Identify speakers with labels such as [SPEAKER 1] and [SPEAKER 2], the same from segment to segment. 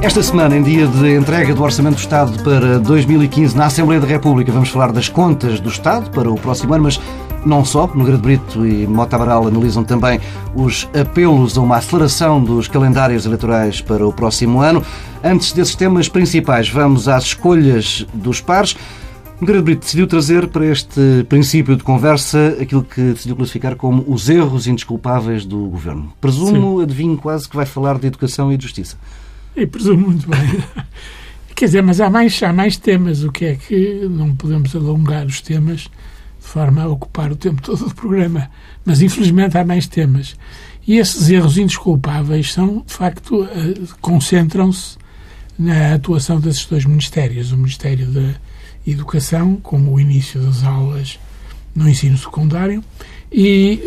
[SPEAKER 1] Esta semana, em dia de entrega do Orçamento do Estado para 2015 na Assembleia da República, vamos falar das contas do Estado para o próximo ano, mas não só. Nogueira de Brito e Mota Amaral analisam também os apelos a uma aceleração dos calendários eleitorais para o próximo ano. Antes desses temas principais, vamos às escolhas dos pares. Nogueira de Brito decidiu trazer para este princípio de conversa aquilo que decidiu classificar como os erros indesculpáveis do Governo. Presumo, adivinho quase, que vai falar de educação e de justiça.
[SPEAKER 2] Eu presumo muito bem. Quer dizer, mas há mais temas. O que é que não podemos alongar os temas de forma a ocupar o tempo todo do programa. Mas, infelizmente, há mais temas. E esses erros indesculpáveis são, de facto, concentram-se na atuação desses dois ministérios. O Ministério da Educação, com o início das aulas no ensino secundário, e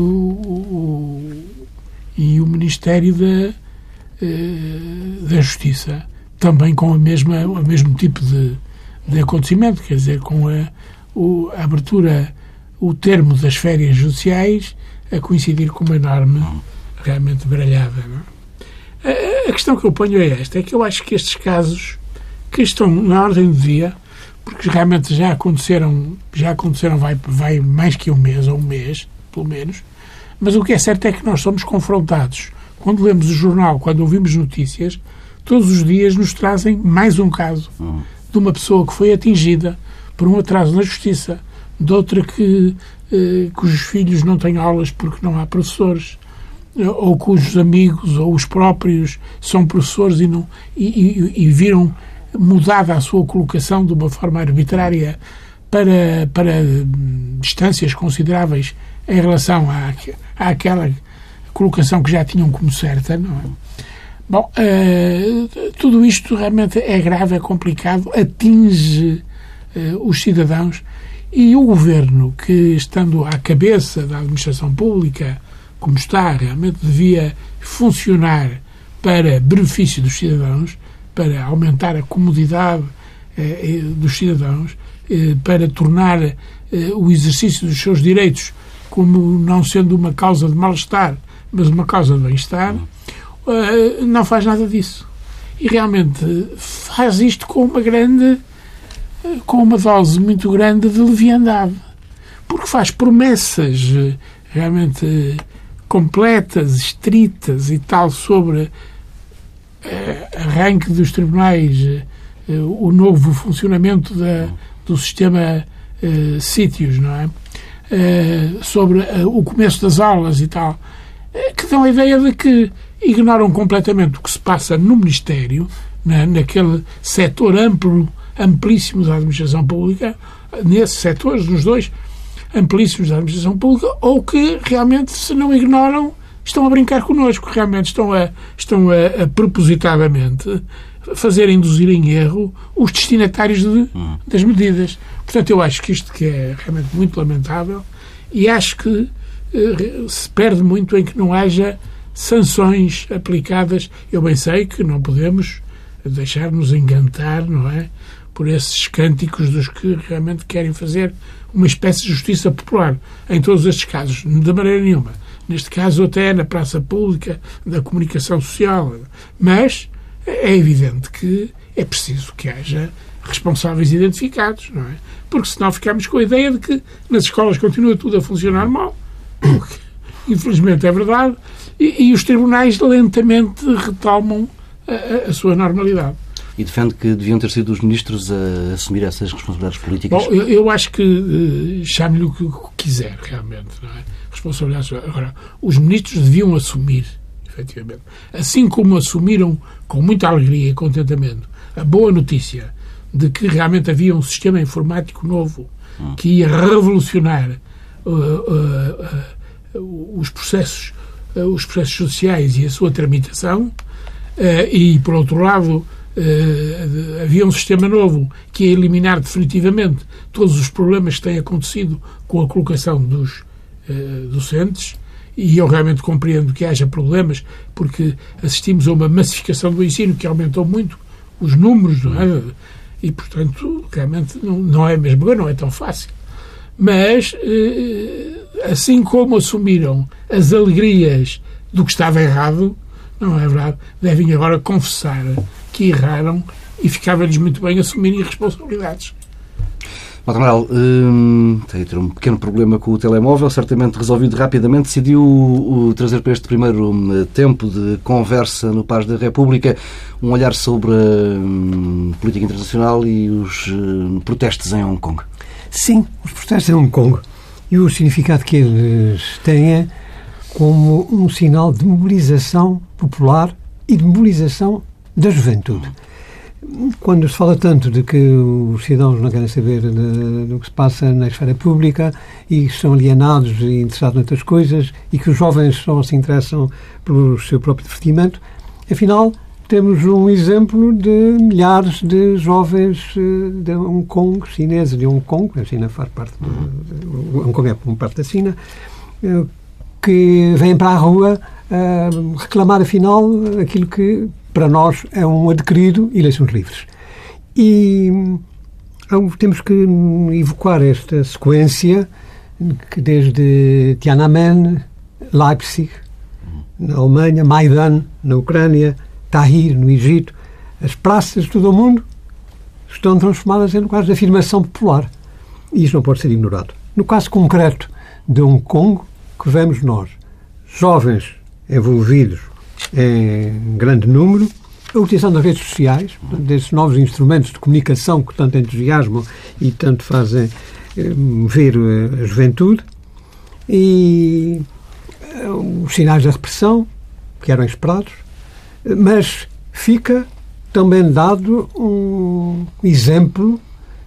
[SPEAKER 2] o Ministério da Justiça, também com o mesmo tipo de acontecimento, quer dizer, com a abertura, o termo das férias judiciais a coincidir com uma norma realmente baralhada. Não é? A questão que eu ponho é esta, é que eu acho que estes casos, que estão na ordem do dia, porque realmente já aconteceram vai mais que um mês, pelo menos, mas o que é certo é que nós somos confrontados. Quando lemos o jornal, quando ouvimos notícias, todos os dias nos trazem mais um caso de uma pessoa que foi atingida por um atraso na justiça, de outra cujos filhos não têm aulas porque não há professores, ou cujos amigos ou os próprios são professores e viram mudada a sua colocação de uma forma arbitrária para distâncias consideráveis em relação àquela colocação que já tinham como certa, não é? Bom, tudo isto realmente é grave, é complicado, atinge os cidadãos, e o Governo, que estando à cabeça da administração pública, como está, realmente devia funcionar para benefício dos cidadãos, para aumentar a comodidade dos cidadãos, para tornar o exercício dos seus direitos como não sendo uma causa de mal-estar, mas uma causa de bem-estar, não faz nada disso. E realmente faz isto com uma dose muito grande de leviandade, porque faz promessas realmente completas, estritas e tal sobre arranque dos tribunais, o novo funcionamento do sistema sítios, não é? Sobre o começo das aulas e tal, que dão a ideia de que ignoram completamente o que se passa no Ministério, naquele setor amplíssimo da administração pública, nesses setores, nos dois amplíssimos da administração pública, ou que realmente, se não ignoram, estão a brincar connosco, realmente estão a propositadamente induzir em erro os destinatários das medidas. Portanto, eu acho que isto que é realmente muito lamentável, e acho que se perde muito em que não haja sanções aplicadas. Eu bem sei que não podemos deixar-nos encantar, não é, por esses cânticos dos que realmente querem fazer uma espécie de justiça popular em todos estes casos, de maneira nenhuma. Neste caso, até na praça pública da comunicação social. Mas é evidente que é preciso que haja responsáveis identificados, não é? Porque senão ficamos com a ideia de que nas escolas continua tudo a funcionar mal, o que infelizmente é verdade, e os tribunais lentamente retomam a sua normalidade.
[SPEAKER 1] E defende que deviam ter sido os ministros a assumir essas responsabilidades políticas?
[SPEAKER 2] Bom, eu acho que chame-lhe o que quiser, realmente, não é? Responsabilidades. Agora, os ministros deviam assumir, efetivamente. Assim como assumiram com muita alegria e contentamento a boa notícia de que realmente havia um sistema informático novo que ia revolucionar os processos sociais e a sua tramitação, e, por outro lado, havia um sistema novo que ia eliminar definitivamente todos os problemas que têm acontecido com a colocação dos docentes, e eu realmente compreendo que haja problemas, porque assistimos a uma massificação do ensino que aumentou muito os números, não é? E, portanto, realmente não é mesmo, não é tão fácil. Mas, assim como assumiram as alegrias do que estava errado, não é verdade, devem agora confessar que erraram e ficava-lhes muito bem assumirem responsabilidades.
[SPEAKER 1] Walter Amaral, tem a ter um pequeno problema com o telemóvel, certamente resolvido rapidamente, decidiu trazer para este primeiro tempo de conversa no Pares da República um olhar sobre a política internacional e os protestos em Hong Kong.
[SPEAKER 3] Sim, os protestos em Hong Kong e o significado que eles têm como um sinal de mobilização popular e de mobilização da juventude. Quando se fala tanto de que os cidadãos não querem saber do que se passa na esfera pública e que estão alienados e interessados noutras coisas e que os jovens só se interessam pelo seu próprio divertimento, afinal, temos um exemplo de milhares de jovens de Hong Kong, chineses de Hong Kong, a China faz parte Hong Kong é uma parte da China, que vêm para a rua reclamar, afinal, aquilo que para nós é um adquirido, eleições livres. E temos que evocar esta sequência que desde Tiananmen, Leipzig, na Alemanha, Maidan, na Ucrânia, Tahrir, no Egito, as praças de todo o mundo estão transformadas em lugares de afirmação popular. E isso não pode ser ignorado. No caso concreto de Hong Kong, que vemos nós, jovens envolvidos em grande número, a utilização das redes sociais, desses novos instrumentos de comunicação que tanto entusiasmam e tanto fazem ver a juventude, e os sinais da repressão, que eram esperados, mas fica também dado um exemplo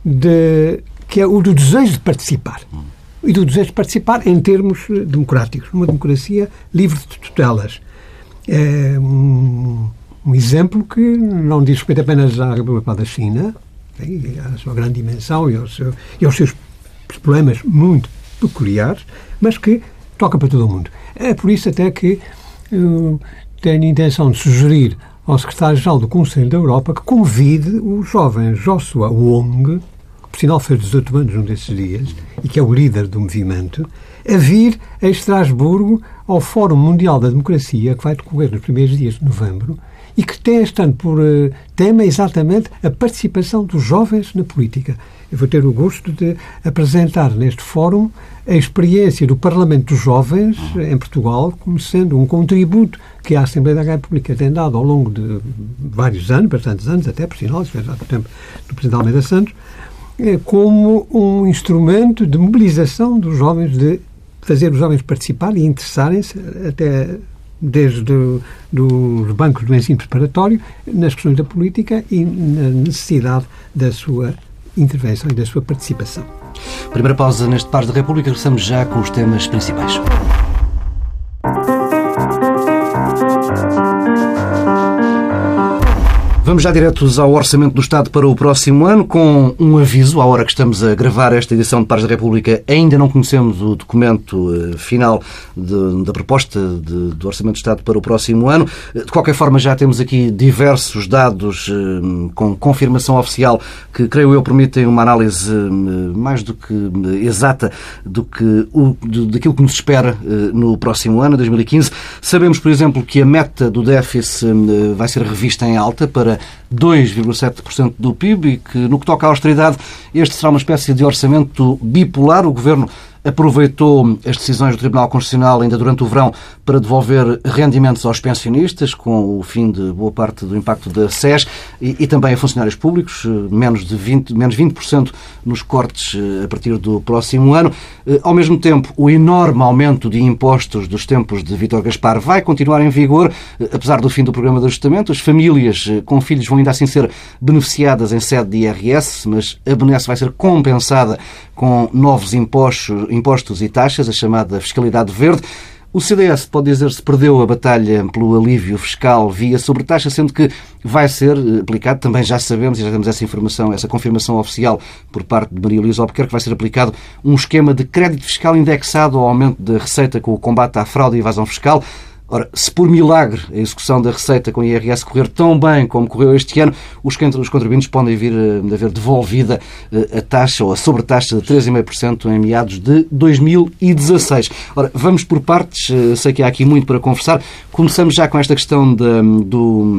[SPEAKER 3] que é o do desejo de participar. E do desejo de participar em termos democráticos, numa democracia livre de tutelas. É um exemplo que não diz respeito apenas à República da China, à sua grande dimensão e aos seus problemas muito peculiares, mas que toca para todo o mundo. É por isso até que tenho a intenção de sugerir ao secretário-geral do Conselho da Europa que convide o jovem Joshua Wong, que por sinal fez 18 anos num desses dias, e que é o líder do movimento, a vir a Estrasburgo ao Fórum Mundial da Democracia, que vai decorrer nos primeiros dias de novembro, e que tem este ano por tema exatamente a participação dos jovens na política. Eu vou ter o gosto de apresentar neste fórum a experiência do Parlamento dos Jovens em Portugal, como sendo um contributo que a Assembleia da República tem dado ao longo de vários anos, bastantes anos, até por sinal, já há tempo do Presidente Almeida Santos, como um instrumento de mobilização dos jovens, de fazer os jovens participar e interessarem-se até desde os bancos do ensino preparatório nas questões da política e na necessidade da sua intervenção e da sua participação.
[SPEAKER 1] Primeira pausa neste Pares da República, regressamos já com os temas principais. Vamos já diretos ao Orçamento do Estado para o próximo ano, com um aviso. À hora que estamos a gravar esta edição de Pares da República, ainda não conhecemos o documento final da proposta do Orçamento do Estado para o próximo ano. De qualquer forma, já temos aqui diversos dados com confirmação oficial que, creio eu, permitem uma análise mais do que exata daquilo que nos espera no próximo ano, 2015. Sabemos, por exemplo, que a meta do déficit vai ser revista em alta para 2,7% do PIB e que, no que toca à austeridade, este será uma espécie de orçamento bipolar. O Governo aproveitou as decisões do Tribunal Constitucional ainda durante o verão para devolver rendimentos aos pensionistas, com o fim de boa parte do impacto da SES, e também a funcionários públicos, menos 20% nos cortes a partir do próximo ano. Ao mesmo tempo, o enorme aumento de impostos dos tempos de Vítor Gaspar vai continuar em vigor, apesar do fim do programa de ajustamento. As famílias com filhos vão ainda assim ser beneficiadas em sede de IRS, mas a benesse vai ser compensada com novos impostos e taxas, a chamada fiscalidade verde. O CDS, pode dizer-se, perdeu a batalha pelo alívio fiscal via sobretaxa, sendo que vai ser aplicado, também já sabemos, e já temos essa informação, essa confirmação oficial por parte de Maria Luísa Albuquerque, que vai ser aplicado um esquema de crédito fiscal indexado ao aumento da receita com o combate à fraude e evasão fiscal. Ora, se por milagre a execução da receita com o IRS correr tão bem como correu este ano, os contribuintes podem vir a ver devolvida a taxa ou a sobretaxa de 3,5% em meados de 2016. Ora, vamos por partes, sei que há aqui muito para conversar. Começamos já com esta questão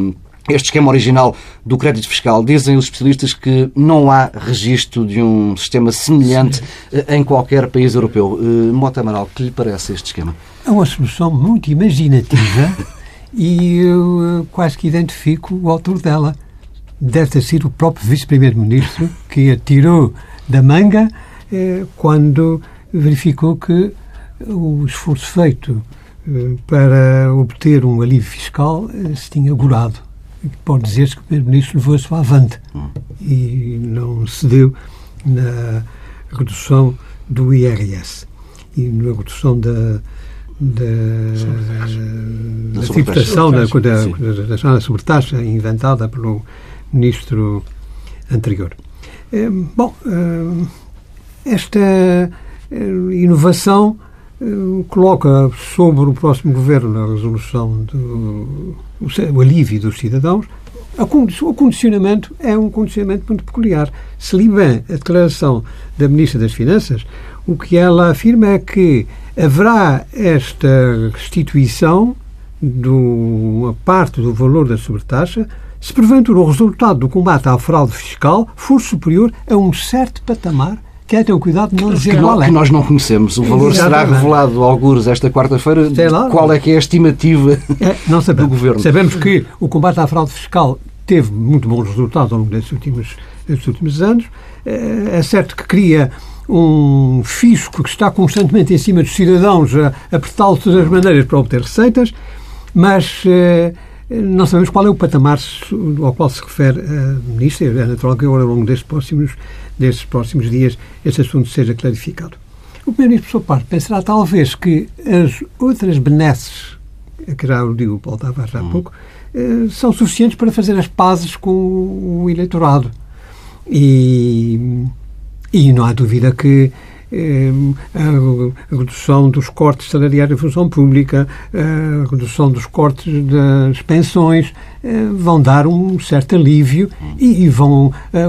[SPEAKER 1] este esquema original do crédito fiscal. Dizem os especialistas que não há registro de um sistema semelhante em qualquer país europeu. Mota Amaral, que lhe parece este esquema?
[SPEAKER 3] É uma solução muito imaginativa e eu quase que identifico o autor dela. Deve ter sido o próprio vice-primeiro-ministro que a tirou da manga quando verificou que o esforço feito para obter um alívio fiscal se tinha gorado. Pode dizer-se que o primeiro-ministro levou a sua avante e não cedeu na redução do IRS e na redução da tributação, da sobretaxa inventada pelo ministro anterior. Esta inovação coloca sobre o próximo governo a resolução o alívio dos cidadãos. O condicionamento é um condicionamento muito peculiar. Se li bem a declaração da Ministra das Finanças, o que ela afirma é que haverá esta restituição de uma parte do valor da sobretaxa se porventura o resultado do combate à fraude fiscal for superior a um certo patamar, que é ter o cuidado de não dizer qual é.
[SPEAKER 1] Que nós não conhecemos. O valor será revelado algures esta quarta-feira. Qual é que é a estimativa
[SPEAKER 3] não sabemos.
[SPEAKER 1] Do Governo?
[SPEAKER 3] Sabemos que o combate à fraude fiscal teve muito bons resultados ao longo destes últimos anos. É certo que cria um fisco que está constantemente em cima dos cidadãos a apertá-los de todas as maneiras para obter receitas, mas não sabemos qual é o patamar ao qual se refere a Ministra. É natural que agora, ao longo destes próximos dias, este assunto seja clarificado. O Primeiro-Ministro, por sua parte, pensará talvez que as outras benesses, que já o digo, Paulo Tavares há pouco, são suficientes para fazer as pazes com o eleitorado. E não há dúvida que a redução dos cortes salariais da função pública, a redução dos cortes das pensões vão dar um certo alívio e vão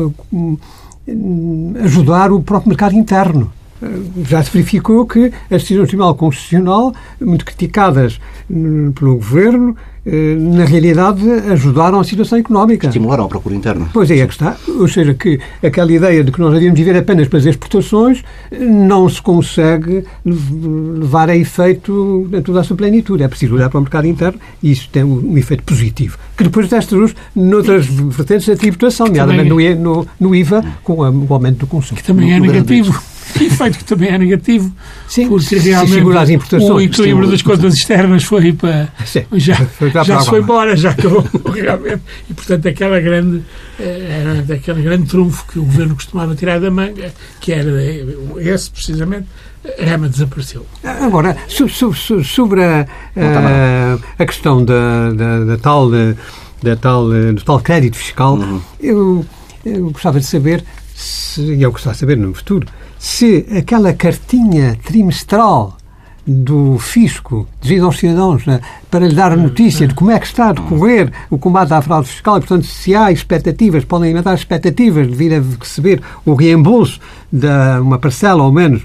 [SPEAKER 3] ajudar o próprio mercado interno. Já se verificou que as decisões do Tribunal Constitucional, muito criticadas pelo Governo, na realidade ajudaram a situação económica.
[SPEAKER 1] Estimularam a procura interna.
[SPEAKER 3] Pois é que está. Ou seja, que aquela ideia de que nós havíamos de viver apenas pelas exportações não se consegue levar a efeito em toda a sua plenitude. É preciso olhar para o mercado interno e isso tem um efeito positivo. Que depois traduz noutras vertentes da tributação, nomeadamente no IVA, com o aumento do consumo.
[SPEAKER 2] Que também é negativo. Efeito que também é negativo.
[SPEAKER 3] Sim,
[SPEAKER 2] porque realmente
[SPEAKER 3] o
[SPEAKER 2] equilíbrio das contas externas foi para... Já se foi embora, já acabou realmente. E, portanto, aquele grande trunfo que o Governo costumava tirar da manga, que era esse, precisamente, realmente desapareceu.
[SPEAKER 3] Agora, sobre a questão do tal crédito fiscal, eu gostava de saber, e eu gostava de saber no futuro, se aquela cartinha trimestral do fisco dirigido aos cidadãos para lhe dar a notícia de como é que está a decorrer o combate à fraude fiscal e, portanto, se há expectativas, podem alimentar expectativas de vir a receber o reembolso de uma parcela, ao menos,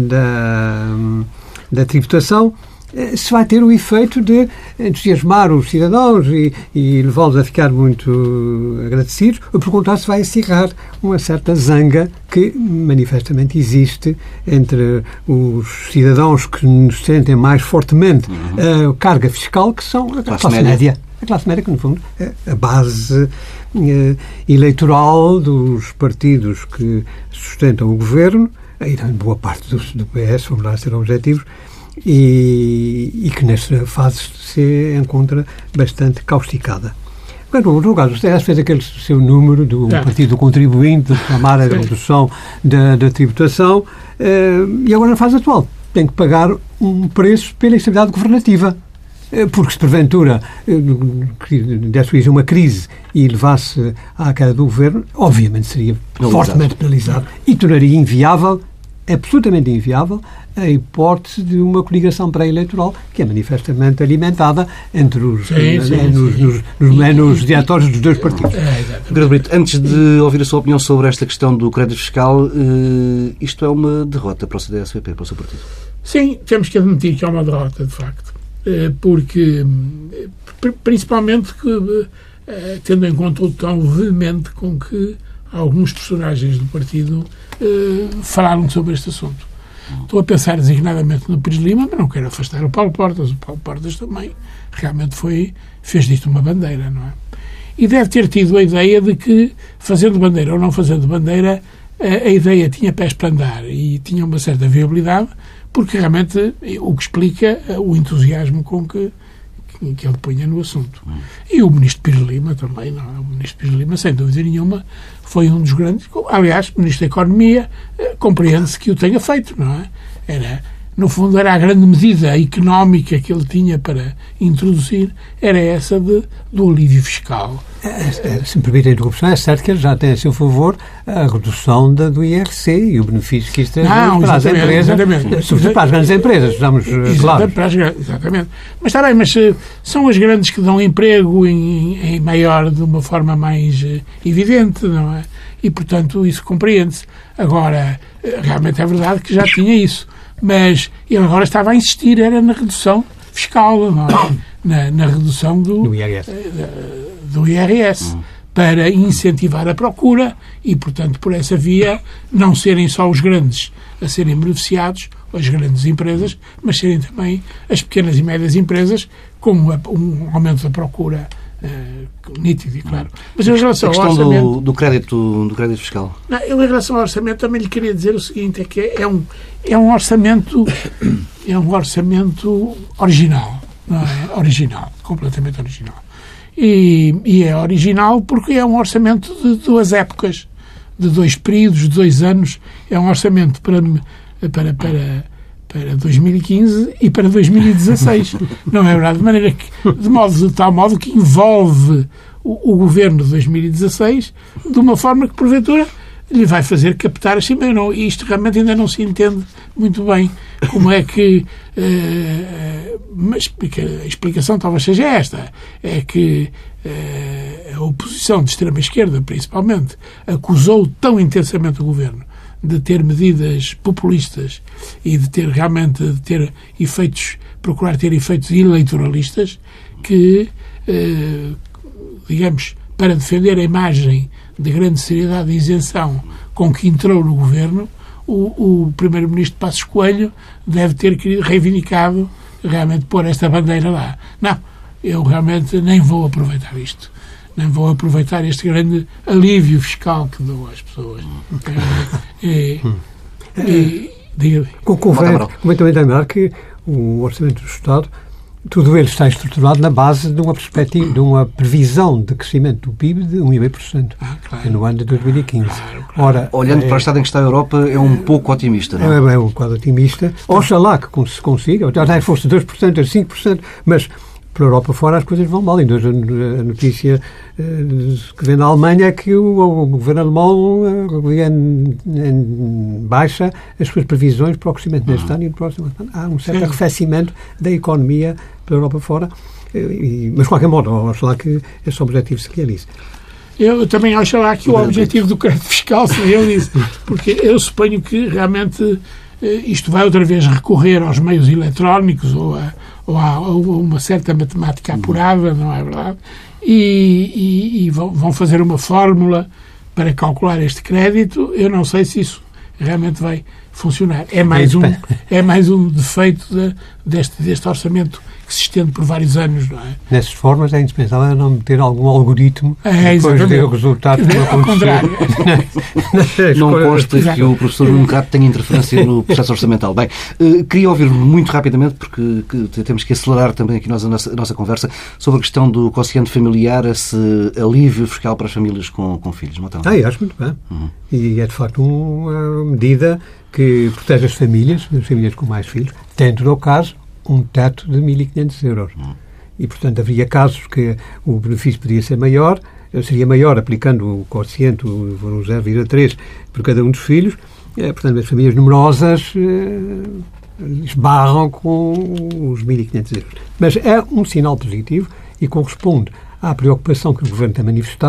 [SPEAKER 3] da tributação, se vai ter o efeito de entusiasmar os cidadãos e levá-los a ficar muito agradecidos, ou por contrário, se vai acirrar uma certa zanga que manifestamente existe entre os cidadãos que nos sentem mais fortemente a carga fiscal, que são a classe média. A classe média, que no fundo é a base eleitoral dos partidos que sustentam o governo, e boa parte do PS, vamos lá ser objetivos, e que nesta fase se encontra bastante causticada. Bom, no caso, o CDS fez aquele seu número do Partido do Contribuinte, de reclamar a redução da tributação, e agora na fase atual tem que pagar um preço pela instabilidade governativa. Porque se porventura desse uma crise e levasse à queda do governo, obviamente seria fortemente penalizado e tornaria inviável, absolutamente inviável, a hipótese de uma coligação pré-eleitoral que é manifestamente alimentada entre os menos diretórios dos dois partidos.
[SPEAKER 1] Pedro Brito, antes de ouvir a sua opinião sobre esta questão do crédito fiscal, isto é uma derrota para o CDS-PP, para o seu partido?
[SPEAKER 2] Sim, temos que admitir que é uma derrota, de facto. Porque, principalmente, tendo em conta o tom veemente com que alguns personagens do partido falaram sobre este assunto. Estou a pensar designadamente no Pires Lima, mas não quero afastar o Paulo Portas. O Paulo Portas também realmente fez disto uma bandeira, não é? E deve ter tido a ideia de que, fazendo bandeira ou não fazendo bandeira, a ideia tinha pés para andar e tinha uma certa viabilidade, porque realmente o que explica o entusiasmo com que ele punha no assunto. E o ministro Pires Lima também, não é? O ministro Pires Lima, sem dúvida nenhuma, foi um dos grandes. Aliás, o ministro da Economia, compreende-se que o tenha feito, não é? No fundo, era a grande medida económica que ele tinha para introduzir, era essa do alívio fiscal.
[SPEAKER 3] Se me permite a interrupção, é certo que ele já tem a seu favor a redução do IRC e o benefício que isto traz para as empresas, sobretudo para as grandes empresas, estamos claros.
[SPEAKER 2] Exatamente. Mas está bem, mas são as grandes que dão emprego em maior, de uma forma mais evidente, não é? E, portanto, isso compreende-se. Agora, realmente é verdade que já tinha isso. Mas ele agora estava a insistir, era na redução fiscal, não é? na redução do IRS, para incentivar a procura e, portanto, por essa via, não serem só os grandes a serem beneficiados, as grandes empresas, mas serem também as pequenas e médias empresas, com um aumento da procura nítido e claro. Mas em relação ao orçamento
[SPEAKER 1] do crédito fiscal,
[SPEAKER 2] não, eu, em relação ao orçamento, também lhe queria dizer o seguinte, é que é um orçamento original, não é? Original, completamente original. E é original porque é um orçamento de 2 épocas, de 2 períodos, de 2 anos. É um orçamento para 2015 e para 2016. Não é verdade? De tal modo que envolve o governo de 2016 de uma forma que, porventura, lhe vai fazer captar assim, mas não, isto realmente ainda não se entende muito bem como é que... mas a explicação talvez seja esta, é que a oposição de extrema-esquerda, principalmente, acusou tão intensamente o governo de ter medidas populistas e de ter realmente procurar ter efeitos eleitoralistas que, digamos, para defender a imagem de grande seriedade e isenção com que entrou no governo, o primeiro-ministro Passos Coelho deve ter reivindicado realmente pôr esta bandeira lá. Não, eu realmente nem vou aproveitar isto. Nem vou aproveitar este grande alívio fiscal que dou às pessoas.
[SPEAKER 3] Convém também lembrar que o Orçamento do Estado, tudo ele está estruturado na base de uma perspectiva, de uma previsão de crescimento do PIB de 1,5%, claro, no ano de 2015.
[SPEAKER 2] Claro.
[SPEAKER 1] Ora, olhando para o estado em que está a Europa, é um pouco otimista, não é?
[SPEAKER 3] É um quadro otimista. Oxalá que se consiga, até fosse 2%, 5%, mas pela Europa fora as coisas vão mal. Ainda hoje a notícia que vem da Alemanha é que o governo alemão baixa as suas previsões para o crescimento neste ano e no próximo ano. Há um certo arrefecimento da economia pela Europa fora, mas de qualquer modo, oxalá que esse objetivo se realize.
[SPEAKER 2] Eu também acho lá que o objetivo do crédito fiscal se realize, porque eu suponho que realmente isto vai outra vez recorrer aos meios eletrónicos ou a uma certa matemática apurada, não é verdade? E vão fazer uma fórmula para calcular este crédito. Eu não sei se isso realmente vai funcionar. É mais um defeito deste orçamento que se estende por vários anos, não é?
[SPEAKER 3] Nessas formas é indispensável não meter algum algoritmo depois de o resultado que
[SPEAKER 2] ao contrário.
[SPEAKER 1] Não consta que o professor Nuno Crato tenha interferência no processo orçamental. Bem, queria ouvir muito rapidamente, porque temos que acelerar também aqui a nossa conversa, sobre a questão do quociente familiar, esse alívio fiscal para as famílias com filhos.
[SPEAKER 3] Acho muito bem. E é de facto uma medida que protege as famílias com mais filhos, tendo no caso um teto de 1.500 euros. E, portanto, haveria casos que o benefício podia ser maior, seria maior aplicando o quociente, o 0,3 por cada um dos filhos. Portanto, as famílias numerosas esbarram com os 1.500 euros. Mas é um sinal positivo e corresponde à preocupação que o Governo tem manifestado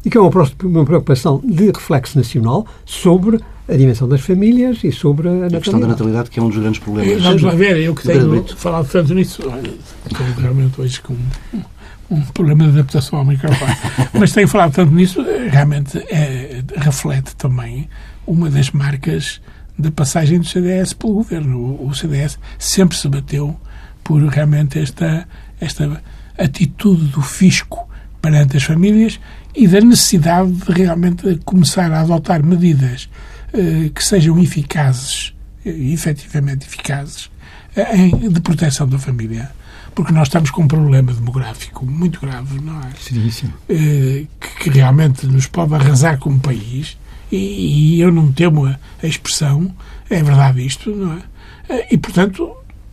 [SPEAKER 3] e que é uma preocupação de reflexo nacional sobre a dimensão das famílias e sobre a natalidade.
[SPEAKER 1] A questão da natalidade, que é um dos grandes problemas.
[SPEAKER 2] Vamos lá ver, eu que tenho falado tanto nisso, estou realmente hoje com um problema de adaptação ao microfone, mas tenho falado tanto nisso, realmente reflete também uma das marcas da passagem do CDS pelo governo. O CDS sempre se bateu por realmente esta atitude do fisco perante as famílias e da necessidade de realmente começar a adotar medidas que sejam eficazes, efetivamente eficazes, de proteção da família. Porque nós estamos com um problema demográfico muito grave, não é?
[SPEAKER 3] Sim.
[SPEAKER 2] Que realmente nos pode arrasar como país, e eu não temo a expressão, é verdade isto, não é? E, portanto,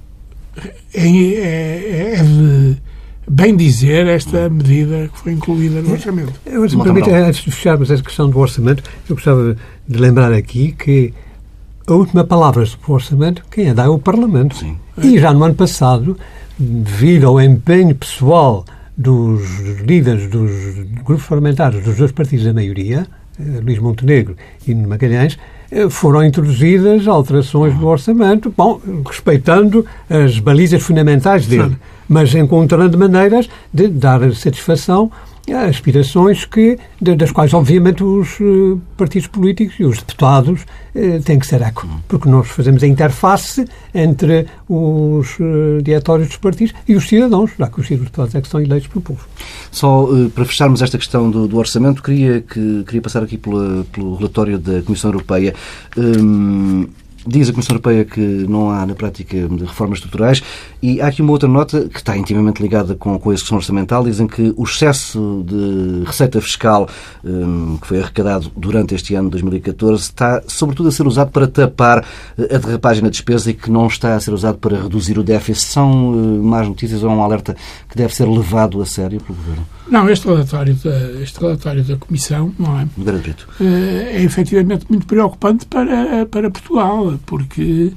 [SPEAKER 2] é de bem dizer esta medida que foi incluída no orçamento.
[SPEAKER 3] Se me permite, antes de fecharmos essa questão do orçamento, eu gostava de lembrar aqui que a última palavra sobre o orçamento, quem a dá é o Parlamento.
[SPEAKER 1] Sim.
[SPEAKER 3] E já no ano passado, devido ao empenho pessoal dos líderes dos grupos parlamentares dos dois partidos da maioria, Luís Montenegro e Magalhães, foram introduzidas alterações no orçamento, respeitando as balizas fundamentais dele, mas encontrando maneiras de dar satisfação a aspirações das quais, obviamente, os partidos políticos e os deputados têm que ser eco, porque nós fazemos a interface entre os diretórios dos partidos e os cidadãos, já que os deputados é que são eleitos pelo povo.
[SPEAKER 1] Só para fecharmos esta questão do orçamento, queria passar aqui pelo relatório da Comissão Europeia. Diz a Comissão Europeia que não há, na prática, reformas estruturais, e há aqui uma outra nota que está intimamente ligada com a execução orçamental. Dizem que o excesso de receita fiscal que foi arrecadado durante este ano de 2014 está, sobretudo, a ser usado para tapar a derrapagem na despesa e que não está a ser usado para reduzir o déficit. São más notícias ou um alerta que deve ser levado a sério pelo Governo?
[SPEAKER 2] Não, este relatório da Comissão, não é? É efetivamente muito preocupante para Portugal, porque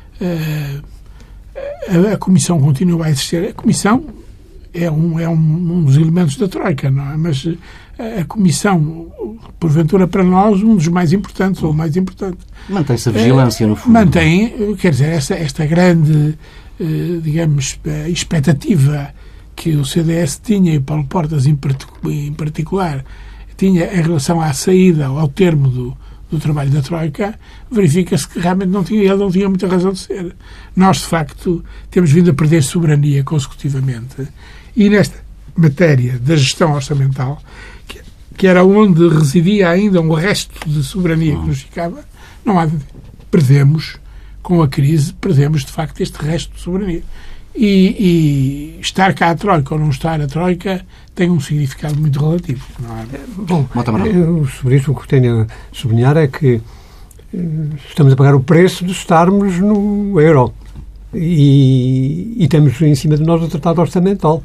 [SPEAKER 2] a Comissão continua a existir. A Comissão é um dos elementos da Troika, não é? Mas a Comissão, porventura para nós, um dos mais importantes, ou o mais importante.
[SPEAKER 1] Mantém-se a vigilância, no fundo.
[SPEAKER 2] Mantém, quer dizer, esta grande, digamos, expectativa que o CDS tinha, e Paulo Portas em particular, tinha em relação à saída, ao termo do trabalho da Troika, verifica-se que realmente ele não tinha muita razão de ser. Nós, de facto, temos vindo a perder soberania consecutivamente. E nesta matéria da gestão orçamental, que era onde residia ainda um resto de soberania que nos ficava, perdemos, com a crise, de facto este resto de soberania. E estar cá a Troika ou não estar a Troika tem um significado muito relativo. Não é?
[SPEAKER 3] Bom, sobre isso o que tenho a sublinhar é que estamos a pagar o preço de estarmos no euro e temos em cima de nós o Tratado Orçamental.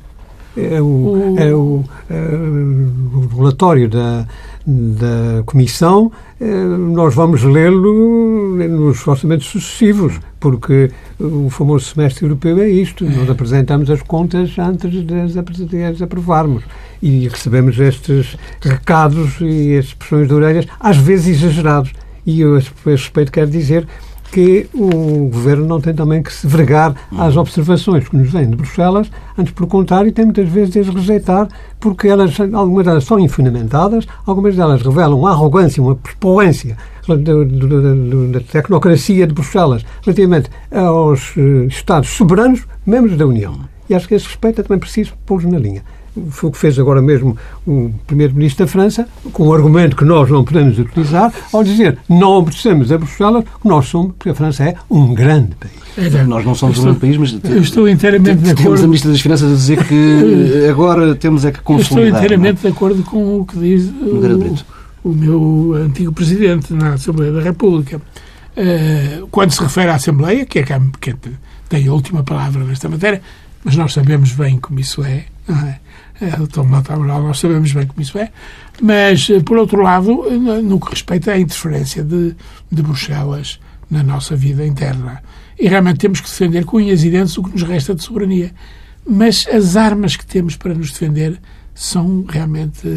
[SPEAKER 3] O relatório da Comissão, nós vamos lê-lo nos orçamentos sucessivos, porque o famoso semestre europeu é isto. Nós apresentamos as contas antes de as aprovarmos e recebemos estes recados e estas pressões de orelhas, às vezes exagerados. E eu, a esse respeito, quero dizer que o Governo não tem também que se vergar às observações que nos vêm de Bruxelas, antes, pelo contrário, tem muitas vezes de as rejeitar, porque algumas delas são infundamentadas, algumas delas revelam uma arrogância, uma prepotência da tecnocracia de Bruxelas relativamente aos Estados soberanos, membros da União. E acho que a esse respeito é também preciso pô-los na linha. Foi o que fez agora mesmo o Primeiro-Ministro da França, com um argumento que nós não podemos utilizar, ao dizer não obedecemos a Bruxelas, porque a França é um grande país.
[SPEAKER 1] Nós não somos um grande país, mas
[SPEAKER 2] estou inteiramente de acordo.
[SPEAKER 1] Temos a Ministra das Finanças a dizer que agora temos que consolidar.
[SPEAKER 2] Estou inteiramente de acordo com o que diz o meu antigo Presidente na Assembleia da República. Quando se refere à Assembleia, que tem a última palavra nesta matéria, mas nós sabemos bem como isso é, não é? Nós sabemos bem como isso é, mas, por outro lado, no que respeita à interferência de Bruxelas na nossa vida interna. E realmente temos que defender com unhas e dentes o que nos resta de soberania. Mas as armas que temos para nos defender são realmente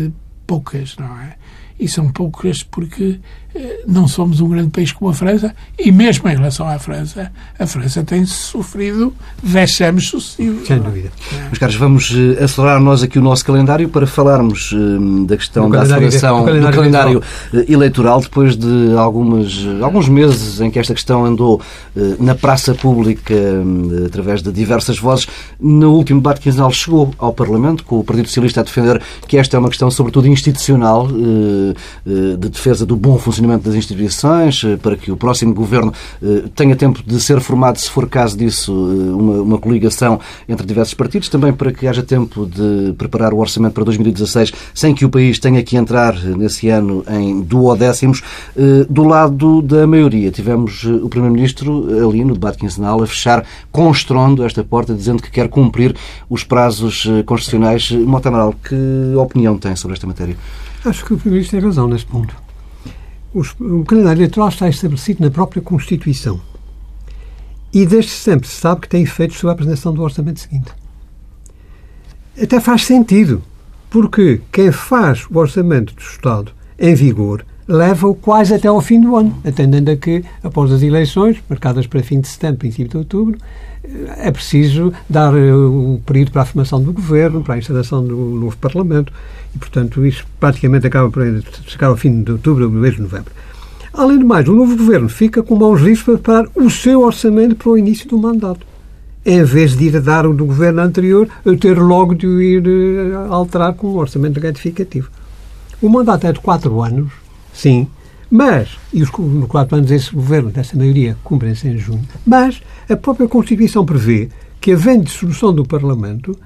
[SPEAKER 2] poucas, não é? E são poucas porque não somos um grande país como a França, e mesmo em relação à França, a França tem sofrido vexames sucessivos.
[SPEAKER 3] Sem dúvida.
[SPEAKER 1] Meus caros, vamos acelerar nós aqui o nosso calendário para falarmos da questão da aceleração do calendário eleitoral, depois de alguns meses em que esta questão andou na praça pública através de diversas vozes. No último debate quinzenal chegou ao Parlamento, com o Partido Socialista a defender que esta é uma questão sobretudo institucional, de defesa do bom funcionamento das instituições, para que o próximo governo tenha tempo de ser formado, se for caso disso, uma coligação entre diversos partidos, também para que haja tempo de preparar o orçamento para 2016, sem que o país tenha que entrar nesse ano em duodécimos. Do lado da maioria, tivemos o Primeiro-Ministro ali no debate quinzenal a fechar com estrondo esta porta, dizendo que quer cumprir os prazos constitucionais. Mota Amaral, que opinião tem sobre esta matéria?
[SPEAKER 3] Acho que o Primeiro-Ministro tem razão nesse ponto. O calendário eleitoral está estabelecido na própria Constituição. E desde sempre se sabe que tem efeitos sobre a apresentação do orçamento seguinte. Até faz sentido, porque quem faz o orçamento do Estado em vigor leva-o quase até ao fim do ano, atendendo a que, após as eleições, marcadas para fim de setembro, princípio de outubro, é preciso dar um período para a formação do governo, para a instalação do novo Parlamento, e, portanto, isso praticamente acaba por chegar ao fim de outubro ou mês de novembro. Além de mais, o novo governo fica com mãos livres para preparar o seu orçamento para o início do mandato, em vez de ir a dar o do governo anterior, a ter logo de o ir alterar com um orçamento retificativo. O mandato é de 4 anos, sim, mas, e os 4 anos desse governo, dessa maioria, cumprem-se em junho, mas a própria Constituição prevê que, havendo dissolução do Parlamento,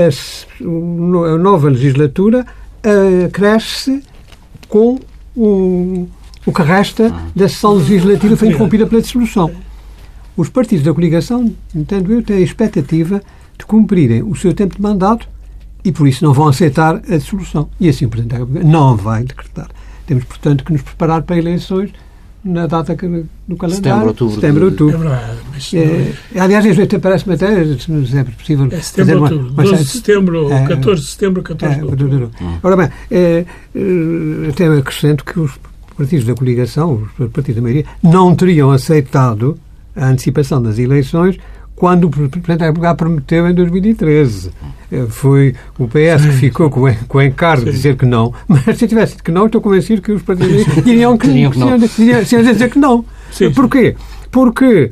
[SPEAKER 3] a nova legislatura cresce com o que resta da sessão legislativa foi interrompida pela dissolução. Os partidos da coligação, entendo eu, têm a expectativa de cumprirem o seu tempo de mandato e, por isso, não vão aceitar a dissolução. E assim o Presidente da República não vai decretar. Temos, portanto, que nos preparar para eleições na data do calendário. Setembro, outubro.
[SPEAKER 2] É verdade. Mas
[SPEAKER 3] aliás, parece-me até, se é possível...
[SPEAKER 2] É setembro, outubro. 12 de setembro, 14 de setembro, 14 de outubro.
[SPEAKER 3] Ora bem, até acrescento que os partidos da coligação, os partidos da maioria, não teriam aceitado a antecipação das eleições quando o Presidente da República prometeu em 2013. Foi o PS que ficou com o encargo de dizer que não, mas se tivesse dito que não, estou convencido que os partidos diriam que dizer que não.
[SPEAKER 2] Sim.
[SPEAKER 3] Porquê? Porque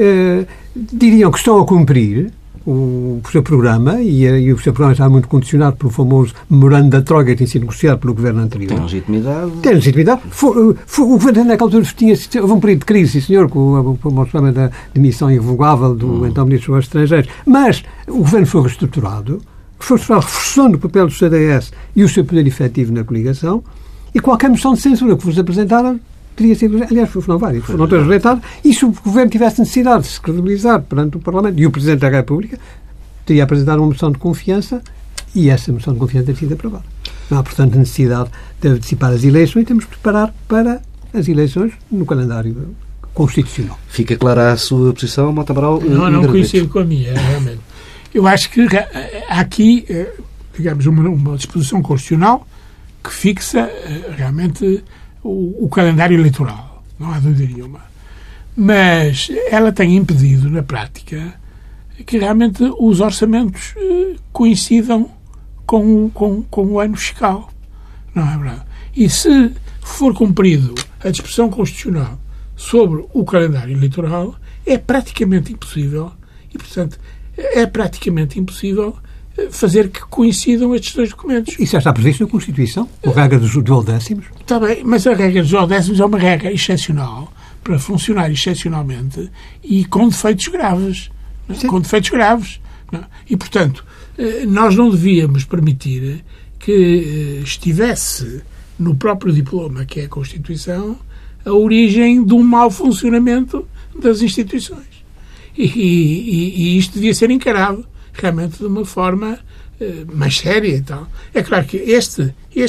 [SPEAKER 3] diriam que estão a cumprir o seu programa, e o seu programa está muito condicionado pelo famoso memorando da Troika que tem sido negociado pelo governo anterior.
[SPEAKER 1] Tem legitimidade.
[SPEAKER 3] Tem legitimidade. O governo naquela altura houve um período de crise, sim, senhor, com o problema da demissão irrevogável do então Ministro dos Estrangeiros. Mas o governo foi reestruturado, reforçando o papel do CDS e o seu poder efetivo na coligação, e qualquer moção de censura que vos apresentaram teria sido, aliás, foram vários, foram todos rejeitados, e se o governo tivesse necessidade de se credibilizar perante o Parlamento e o Presidente da República, teria apresentado uma moção de confiança e essa moção de confiança teria sido aprovada. Não há, portanto, necessidade de antecipar as eleições e temos que preparar para as eleições no calendário constitucional.
[SPEAKER 1] Fica clara a sua posição, Mota Amaral?
[SPEAKER 2] Não coincido com a minha, realmente. Eu acho que há aqui, digamos, uma disposição constitucional que fixa realmente o calendário eleitoral, não há dúvida nenhuma. Mas ela tem impedido, na prática, que realmente os orçamentos coincidam com o ano fiscal. Não é verdade? E se for cumprido a disposição constitucional sobre o calendário eleitoral, é praticamente impossível, e, portanto, é praticamente impossível fazer que coincidam estes dois documentos.
[SPEAKER 3] Isso já está previsto na Constituição? A regra dos duodécimos?
[SPEAKER 2] Está bem, mas a regra dos duodécimos é uma regra excepcional, para funcionar excepcionalmente e com defeitos graves. Com defeitos graves. Não? E, portanto, nós não devíamos permitir que estivesse no próprio diploma, que é a Constituição, a origem de um mau funcionamento das instituições. E isto devia ser encarado realmente de uma forma mais séria e tal. É claro que este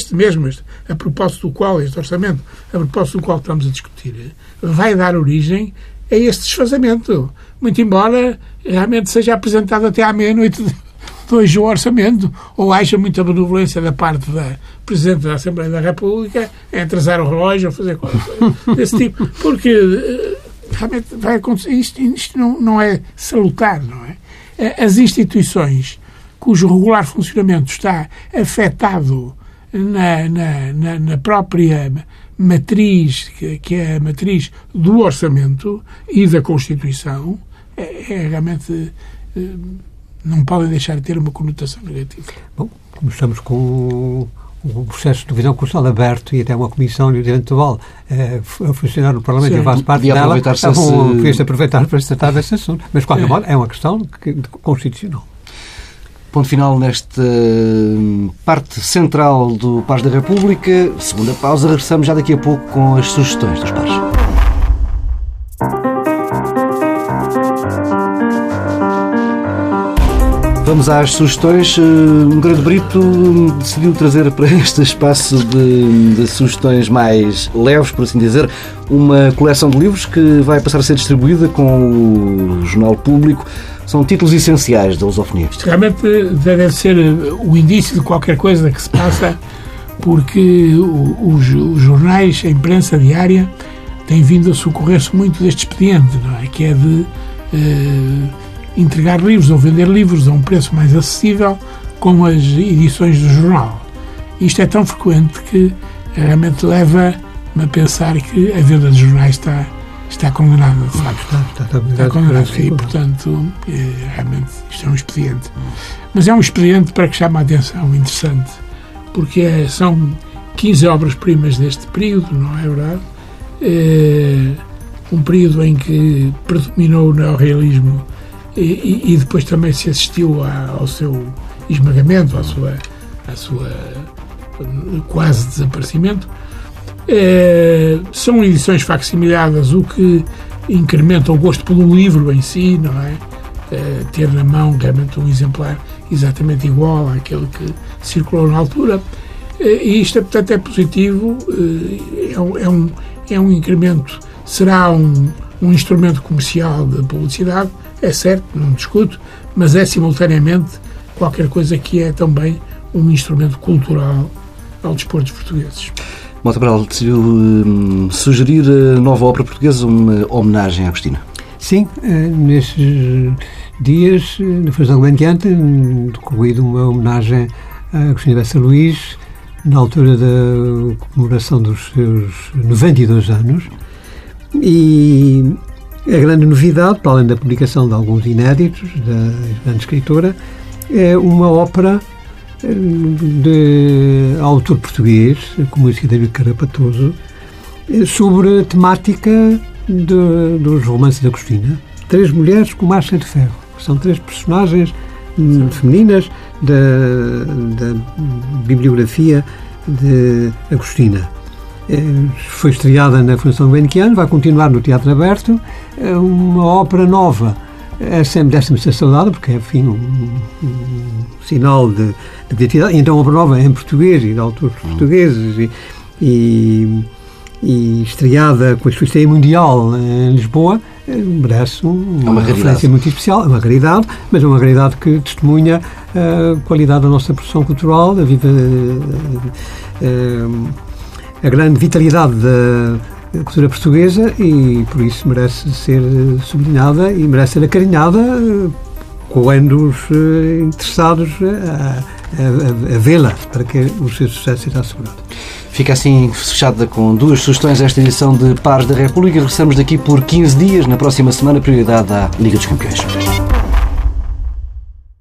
[SPEAKER 2] a propósito do qual, este orçamento, a propósito do qual estamos a discutir, vai dar origem a este desfazamento. Muito embora realmente seja apresentado até à meia-noite veja o orçamento ou haja muita benevolência da parte da Presidente da Assembleia da República em atrasar o relógio ou fazer coisas desse tipo. Porque realmente vai acontecer. Isto não é salutar, não é? As instituições cujo regular funcionamento está afetado na própria matriz, que é a matriz do orçamento e da Constituição, realmente não podem deixar de ter uma conotação negativa.
[SPEAKER 3] Bom, começamos com o processo de revisão constitucional aberto e até uma comissão eventual a funcionar no Parlamento, eu faço parte dela, podia-se aproveitar para se tratar desse assunto. Mas, de qualquer modo, é uma questão constitucional.
[SPEAKER 1] Ponto final nesta parte central do Pares da República. Segunda pausa, regressamos já daqui a pouco com as sugestões dos pares. Vamos às sugestões. Grande Brito decidiu trazer para este espaço de sugestões mais leves, por assim dizer, uma coleção de livros que vai passar a ser distribuída com o Jornal Público. São títulos essenciais da lusofonia.
[SPEAKER 2] Isto realmente deve ser o indício de qualquer coisa que se passa, porque os jornais, a imprensa diária, têm vindo a socorrer-se muito deste expediente, não é? Que é de entregar livros ou vender livros a um preço mais acessível com as edições do jornal. Isto é tão frequente que realmente leva-me a pensar que a venda de jornais está condenada, de facto. Está condenada. E, portanto, realmente isto é um expediente. Mas é um expediente para que chame a atenção, interessante, porque são 15 obras-primas deste período, não é verdade? Um período em que predominou o neorrealismo e depois também se assistiu ao seu esmagamento, à sua quase desaparecimento. São edições facsimilhadas, o que incrementa o gosto pelo livro em si, não é? Ter na mão realmente um exemplar exatamente igual àquele que circulou na altura. E isto, portanto, é positivo, é um incremento, será um instrumento comercial de publicidade, é certo, não discuto, mas é simultaneamente qualquer coisa que é também um instrumento cultural ao dispor dos portugueses.
[SPEAKER 1] Mota Cabral decidiu sugerir a nova ópera portuguesa, uma homenagem à Agostina.
[SPEAKER 3] Sim, nestes dias, na Fundação Gulbenkian, decorrido uma homenagem a Agostina Bessa Luís, na altura da comemoração dos seus 92 anos. E a grande novidade, para além da publicação de alguns inéditos da grande escritora, é uma ópera de autor português, como disse David Carrapatoso, sobre a temática dos romances de Agostina. 3 mulheres com marcha de ferro. São 3 personagens femininas da bibliografia de Agostina. Foi estreada na Fundação Gulbenkian, vai continuar no Teatro Aberto. Uma ópera nova deve ser saudada, porque é, enfim, um sinal de criatividade. Então, a ópera nova é em português e de autores portugueses e estreada com a sua estreia mundial em Lisboa, merece uma referência muito especial. É uma raridade, mas é uma raridade que testemunha a qualidade da nossa produção cultural, a grande vitalidade da cultura portuguesa, e por isso merece ser sublinhada e merece ser acarinhada quando os interessados a vê-la, para que o seu sucesso seja assegurado.
[SPEAKER 1] Fica assim fechada com 2 sugestões esta edição de Pares da República. Regressamos daqui por 15 dias. Na próxima semana, prioridade à Liga dos Campeões.